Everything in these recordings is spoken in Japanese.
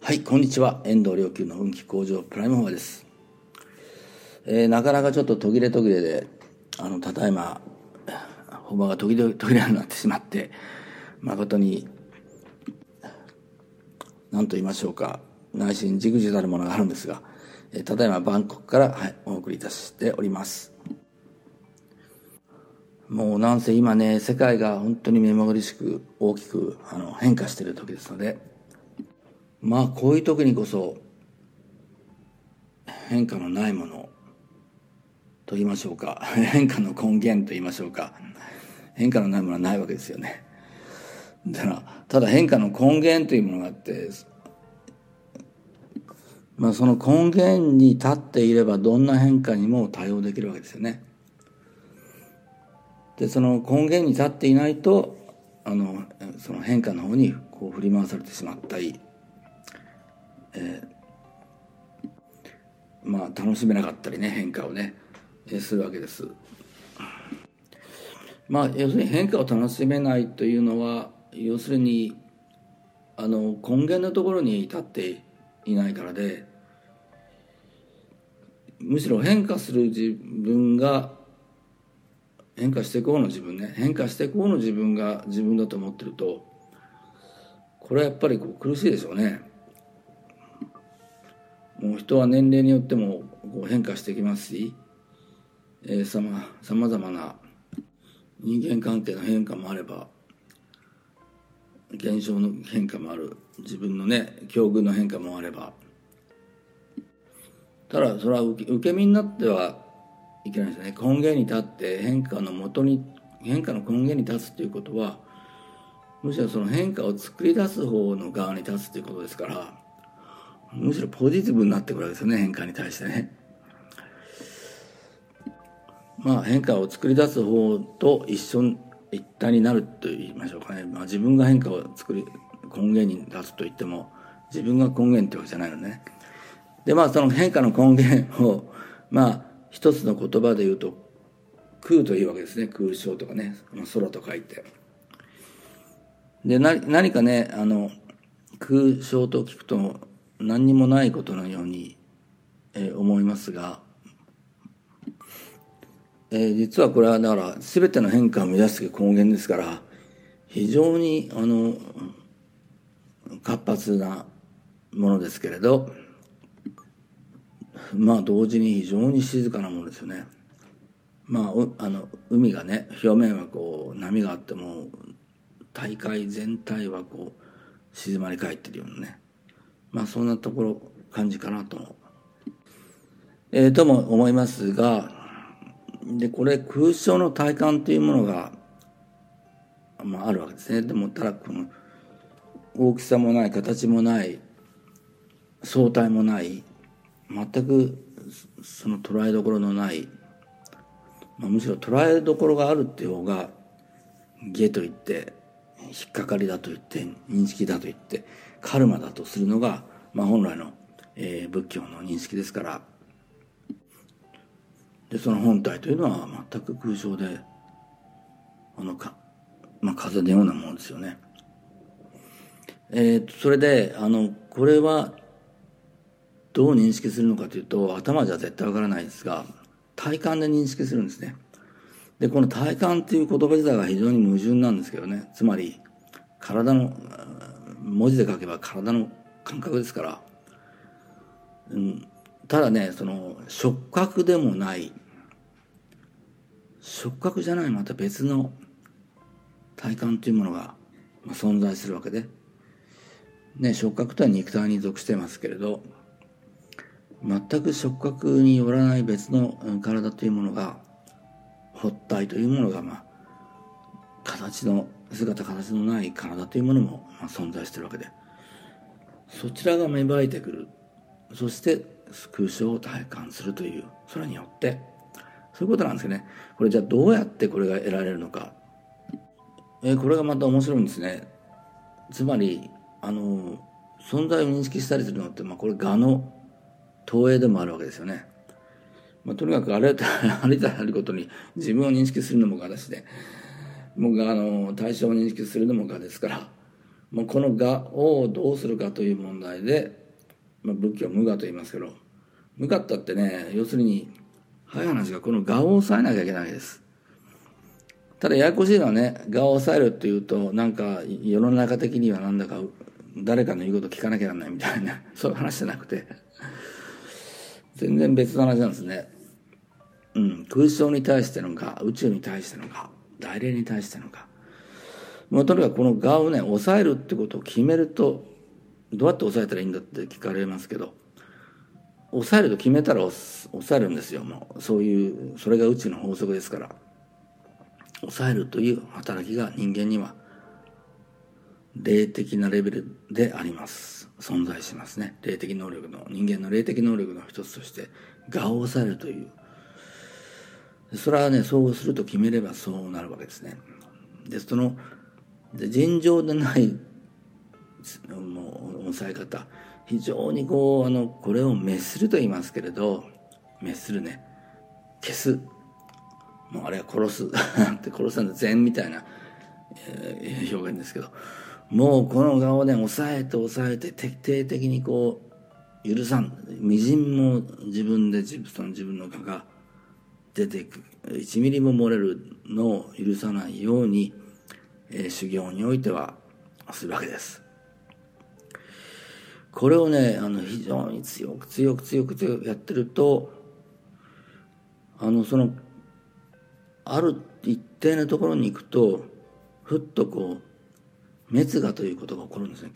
はい、こんにちは。遠藤良久の運気向上プライムフォアです。なかなかちょっと途切れで、ただいま、フォアが途切れになってしまって、誠に、何と言いましょうか、内心じくじたるものがあるんですが、ただいまバンコクから、お送りいたしております。もうなんせ今ね、世界が本当に目まぐるしく大きく変化している時ですので、こういう時にこそ変化のないものと言いましょうか、変化の根源と言いましょうか、変化のないものはないわけですよね。ただ変化の根源というものがあって、その根源に立っていればどんな変化にも対応できるわけですよね。でその根源に立っていないとその変化の方にこう振り回されてしまったり、楽しめなかったりね、変化をね、するわけです。要するに変化を楽しめないというのは、要するに根源のところに立っていないからで、むしろ変化する自分が変化していこうの自分が自分だと思ってると、これはやっぱり苦しいでしょうね。もう人は年齢によっても変化してきますし、さまざまな人間関係の変化もあれば、現象の変化もある、自分のね境遇の変化もあれば、ただそれは受け身になってはいけないですよね。根源に立って変化の根源に立つということは、むしろその変化を作り出す方の側に立つということですから、むしろポジティブになってくるわけですよね、変化に対してね。変化を作り出す方と一体になると言いましょうかね。自分が変化を根源に立つと言っても、自分が根源ってわけじゃないのね。でその変化の根源を一つの言葉で言うと空というわけですね。空想とかね、空と書いて。で何かね空想と聞くと何にもないことのように、思いますが、実はこれはだから全ての変化を生み出す根源ですから、非常に活発なものですけれど、同時に非常に静かなものですよね。海がね、表面は波があっても大海全体は静まり返っているようなね、そんな感じかなとも思いますが、でこれ空想の体感というものが、あるわけですね。でもただこの大きさもない、形もない、相対もない、全くその捉えどころのない、むしろ捉えどころがあるっていう方が下といって、引っかかりだと言って、認識だと言って、カルマだとするのが、本来の、仏教の認識ですから、でその本体というのは全く空想で、風のようなものですよね。それでこれはどう認識するのかというと、頭じゃ絶対わからないですが、体感で認識するんですね。でこの体感という言葉自体が非常に矛盾なんですけどね。つまり体の文字で書けば体の感覚ですから、ただね、その触覚でもない、触覚じゃないまた別の体感というものが存在するわけで、触覚とは肉体に属していますけれど、全く触覚によらない別の体というものが、発体というものが、形のない体というものも存在しているわけで、そちらが芽生えてくる。そして空想を体感するという、それによってそういうことなんですよね。これじゃあどうやってこれが得られるのか、これがまた面白いんですね。つまり存在を認識したりするのって、これ我の投影でもあるわけですよね。とにかくありとあることに自分を認識するのも我だしで、僕が対象を認識するのも我ですから、 もうこの我をどうするかという問題で、仏教は無我と言いますけど、無我ったってね、要するに早い話がこの我を抑えなきゃいけないです。ただややこしいのはね、我を抑えるっていうと、なんか世の中的にはなんだか誰かの言うこと聞かなきゃならないみたいなそういう話じゃなくて、全然別の話なんですね。空想に対しての我、宇宙に対しての我、大霊に対しての我、もうとにかくこの我をね抑えるってことを決めると、どうやって抑えたらいいんだって聞かれますけど、抑えると決めたら抑えるんですよ。もうそれが宇宙の法則ですから。抑えるという働きが人間には霊的なレベルであります。存在しますね。霊的能力の、人間の霊的能力の一つとして我を抑えるという、それはね、そうすると決めればそうなるわけですね。で尋常でないもう抑え方、非常にこれを滅すると言いますけれど、滅するね、消す、もうあれは殺すって殺すの善みたいな、表現ですけど、もうこの我をね抑えて徹底的に許さん、みじんも自分の我が出ていく、1ミリも漏れるのを許さないように、修行においてはするわけです。これをね非常に強くやってると、ある一定のところに行くと、ふっと滅我ということが起こるんですね。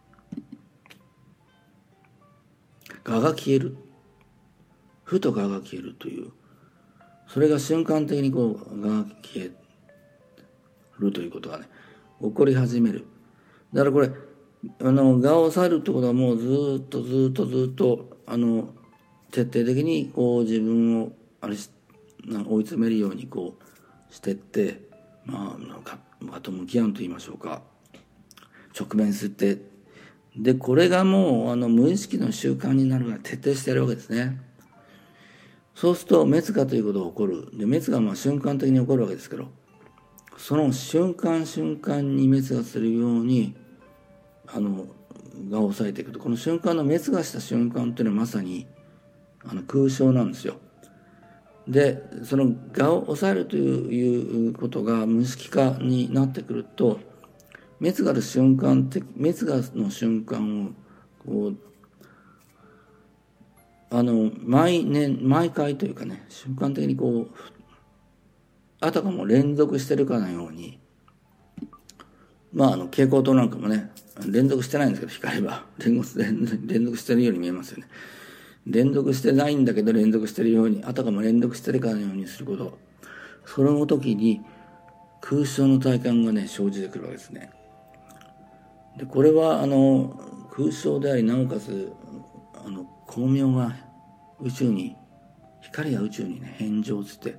我が消える、ふと我が消えるという、それが瞬間的に我が消えるということがね起こり始める。だからこれ我を抑えるってことは、もうずっと徹底的に自分を追い詰めるようにしてって、我と向き合うと言いましょうか、直面して、でこれがもう無意識の習慣になるから徹底してやるわけですね。そうすると滅我ということが起こる。で滅我は瞬間的に起こるわけですけど、その瞬間に滅我するように我を抑えていくと、この瞬間の滅我した瞬間っていうのはまさに空想なんですよ。でその我を抑えるということが無意識化になってくると、滅我の瞬間を毎回というかね、瞬間的にあたかも連続してるかのように、蛍光灯なんかもね連続してないんですけど、光は連続してるように見えますよね。連続してないんだけど連続してるように、あたかも連続してるかのようにすること、その時に空想の体感がね生じてくるわけですね。でこれは空想であり、なおかつ光明が宇宙に、光が宇宙にね返上して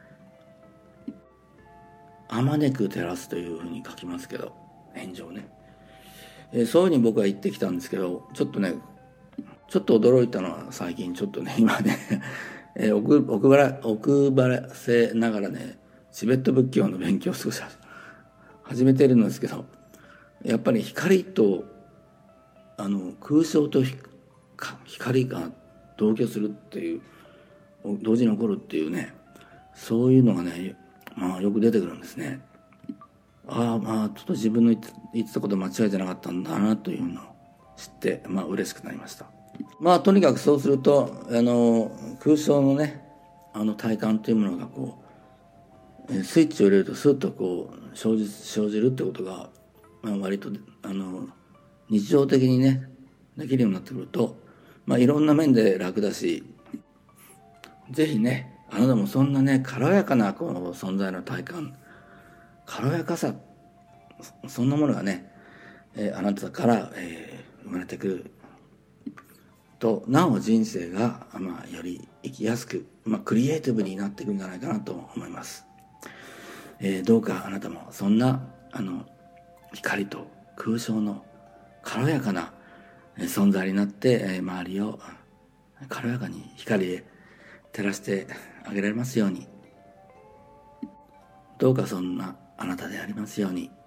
あまねく照らすというふうに書きますけど、返上ね、そういうふうに僕は言ってきたんですけど、ちょっと驚いたのは、最近ちょっとね今ね奥ばらせながらねチベット仏教の勉強を少し始めているんですけど、やっぱり光と空想と光が同居するっていう、同時に起こるっていうね、そういうのがねよく出てくるんですね。ちょっと自分の言ってたこと間違えてなかったんだなというのを知って嬉しくなりました。とにかくそうすると空想のね体感というものがスイッチを入れるとスッと生じるってことが、割と日常的にねできるようになってくると、いろんな面で楽だし、ぜひねあなたもそんなね軽やかな存在の体感、軽やかさ、そんなものがね、あなたから、生まれてくると、なお人生が、より生きやすく、クリエイティブになっていくんじゃないかなと思います。どうかあなたもそんな光と空想の軽やかな存在になって、周りを軽やかに光で照らしてあげられますように。どうかそんなあなたでありますように。